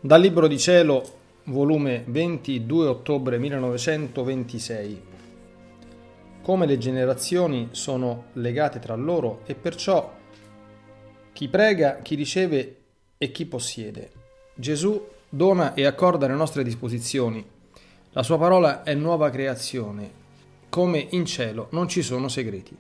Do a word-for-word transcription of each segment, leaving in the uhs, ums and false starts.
Dal Libro di Cielo, volume venti, due ottobre millenovecentoventisei. Come le generazioni sono legate tra loro e perciò chi prega, chi riceve e chi possiede. Gesù dona e accorda le nostre disposizioni. La sua parola è nuova creazione. Come in cielo non ci sono segreti.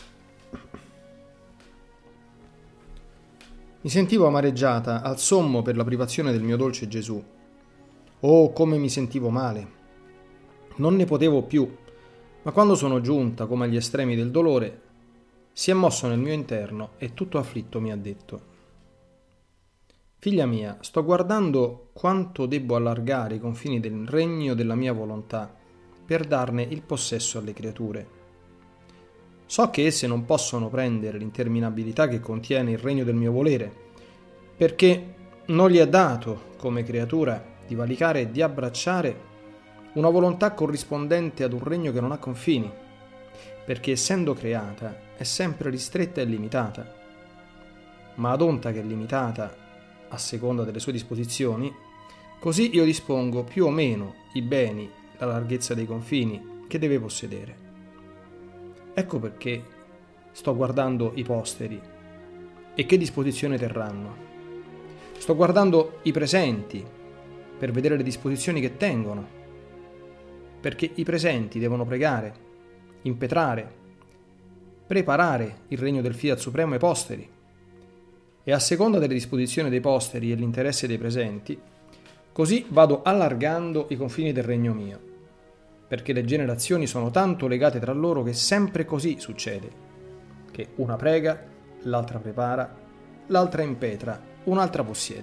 Mi sentivo amareggiata al sommo per la privazione del mio dolce Gesù. Oh, come mi sentivo male! Non ne potevo più, ma quando sono giunta come agli estremi del dolore, si è mosso nel mio interno e tutto afflitto mi ha detto: Figlia mia, sto guardando quanto debbo allargare i confini del regno della mia volontà per darne il possesso alle creature. So che esse non possono prendere l'interminabilità che contiene il regno del mio volere, perché non gli è dato, come creatura, di valicare e di abbracciare una volontà corrispondente ad un regno che non ha confini, perché essendo creata è sempre ristretta e limitata. Ma ad onta che è limitata a seconda delle sue disposizioni, così io dispongo più o meno i beni, la larghezza dei confini che deve possedere. Ecco perché sto guardando i posteri e che disposizione terranno. Sto guardando i presenti per vedere le disposizioni che tengono, perché i presenti devono pregare, impetrare, preparare il regno del Fiat Supremo ai posteri. E a seconda delle disposizioni dei posteri e l'interesse dei presenti, così vado allargando i confini del regno mio. Perché le generazioni sono tanto legate tra loro che sempre così succede, che una prega, l'altra prepara, l'altra impetra, un'altra possiede.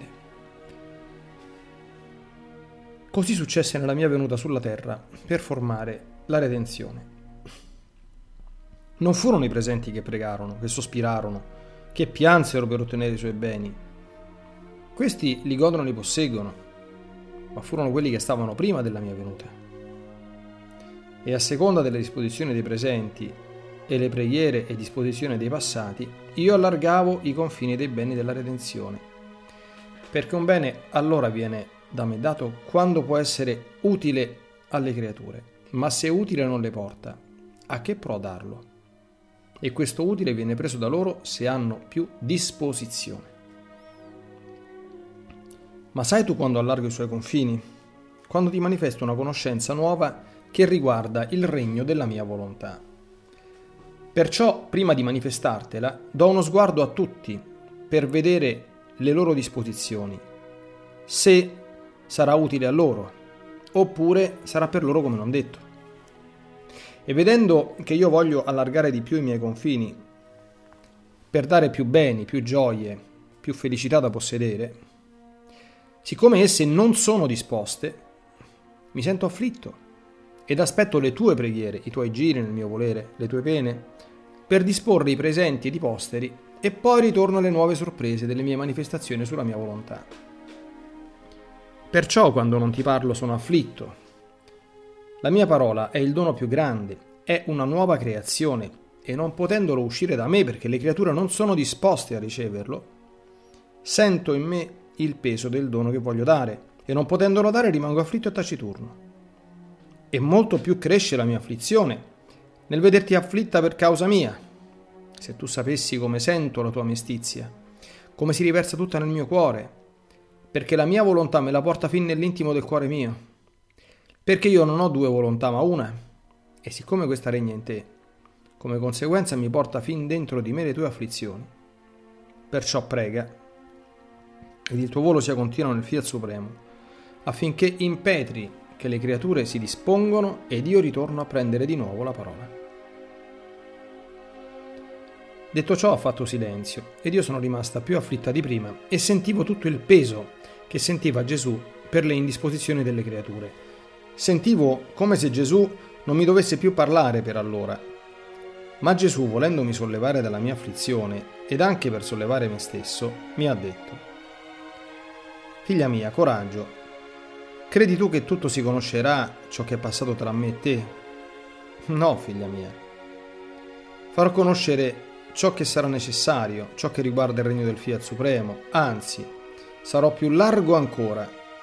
Così successe nella mia venuta sulla terra per formare la redenzione. Non furono i presenti che pregarono, che sospirarono, che piansero per ottenere i suoi beni. Questi li godono e li posseggono, ma furono quelli che stavano prima della mia venuta. E a seconda delle disposizioni dei presenti e le preghiere e disposizioni dei passati, io allargavo i confini dei beni della redenzione. Perché un bene allora viene da me dato quando può essere utile alle creature, ma se utile non le porta, a che pro darlo? E questo utile viene preso da loro se hanno più disposizione. Ma sai tu quando allargo i suoi confini? Quando ti manifesta una conoscenza nuova che riguarda il regno della mia volontà. Perciò, prima di manifestartela, do uno sguardo a tutti per vedere le loro disposizioni, se sarà utile a loro, oppure sarà per loro come non detto. E vedendo che io voglio allargare di più i miei confini, per dare più beni, più gioie, più felicità da possedere, siccome esse non sono disposte, mi sento afflitto ed aspetto le tue preghiere, i tuoi giri nel mio volere, le tue pene, per disporre i presenti ed i posteri, e poi ritorno alle nuove sorprese delle mie manifestazioni sulla mia volontà. Perciò quando non ti parlo sono afflitto. La mia parola è il dono più grande, è una nuova creazione, e non potendolo uscire da me perché le creature non sono disposte a riceverlo, sento in me il peso del dono che voglio dare, e non potendolo dare rimango afflitto e taciturno. E molto più cresce la mia afflizione nel vederti afflitta per causa mia. Se tu sapessi come sento la tua mestizia, come si riversa tutta nel mio cuore, perché la mia volontà me la porta fin nell'intimo del cuore mio, perché io non ho due volontà ma una, e siccome questa regna in te, come conseguenza mi porta fin dentro di me le tue afflizioni. Perciò prega, ed il tuo volo sia continuo nel Fiat Supremo, affinché impetri che le creature si dispongono ed io ritorno a prendere di nuovo la parola. Detto ciò ha fatto silenzio ed io sono rimasta più afflitta di prima e sentivo tutto il peso che sentiva Gesù per le indisposizioni delle creature. Sentivo come se Gesù non mi dovesse più parlare per allora, ma Gesù, volendomi sollevare dalla mia afflizione ed anche per sollevare me stesso, mi ha detto: Figlia mia, coraggio. Credi tu che tutto si conoscerà ciò che è passato tra me e te? No, figlia mia. Farò conoscere ciò che sarà necessario, ciò che riguarda il regno del Fiat Supremo, anzi, sarò più largo ancora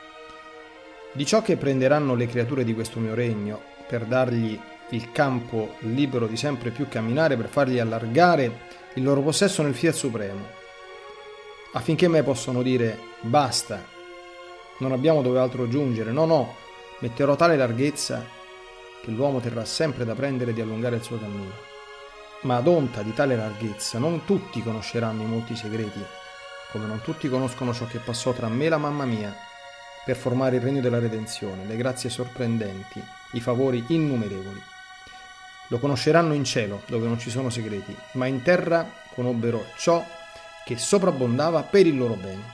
di ciò che prenderanno le creature di questo mio regno, per dargli il campo libero di sempre più camminare, per fargli allargare il loro possesso nel Fiat Supremo, affinché me possano dire basta, non abbiamo dove altro giungere, no no, metterò tale larghezza che l'uomo terrà sempre da prendere di allungare il suo cammino. Ma ad onta di tale larghezza non tutti conosceranno i molti segreti, come non tutti conoscono ciò che passò tra me e la mamma mia per formare il regno della redenzione, le grazie sorprendenti, i favori innumerevoli. Lo conosceranno in cielo, dove non ci sono segreti, ma in terra conobbero ciò che soprabbondava per il loro bene.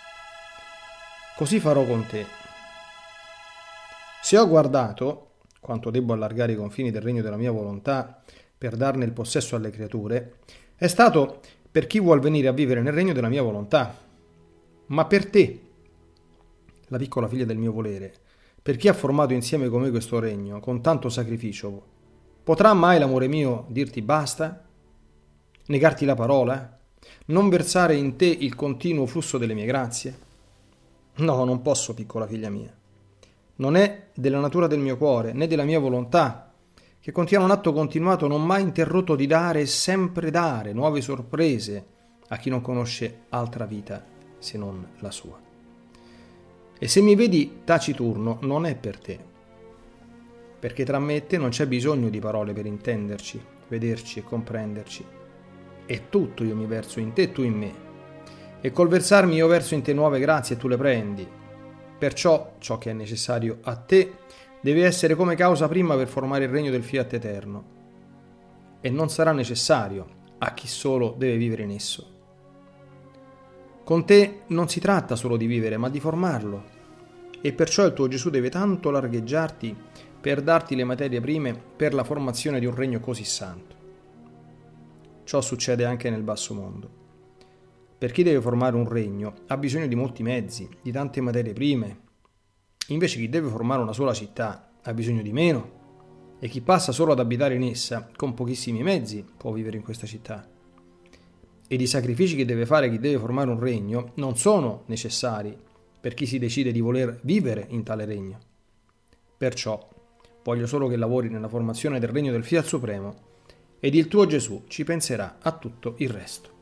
Così farò con te. Se ho guardato quanto debbo allargare i confini del regno della mia volontà per darne il possesso alle creature, è stato per chi vuol venire a vivere nel regno della mia volontà. Ma per te, la piccola figlia del mio volere, per chi ha formato insieme con me questo regno, con tanto sacrificio, potrà mai l'amore mio dirti basta? Negarti la parola? Non versare in te il continuo flusso delle mie grazie? No, non posso, piccola figlia mia. Non è della natura del mio cuore, né della mia volontà, che contiene un atto continuato non mai interrotto di dare e sempre dare nuove sorprese a chi non conosce altra vita se non la sua. E se mi vedi taciturno non è per te, perché tra me e te non c'è bisogno di parole per intenderci, vederci e comprenderci. È tutto io mi verso in te e tu in me, e col versarmi io verso in te nuove grazie e tu le prendi. Perciò ciò che è necessario a te deve essere come causa prima per formare il regno del Fiat eterno, e non sarà necessario a chi solo deve vivere in esso. Con te non si tratta solo di vivere, ma di formarlo, e perciò il tuo Gesù deve tanto largheggiarti per darti le materie prime per la formazione di un regno così santo. Ciò succede anche nel basso mondo. Per chi deve formare un regno ha bisogno di molti mezzi, di tante materie prime. Invece chi deve formare una sola città ha bisogno di meno, e chi passa solo ad abitare in essa con pochissimi mezzi può vivere in questa città. Ed i sacrifici che deve fare chi deve formare un regno non sono necessari per chi si decide di voler vivere in tale regno. Perciò voglio solo che lavori nella formazione del regno del Fiat Supremo, ed il tuo Gesù ci penserà a tutto il resto.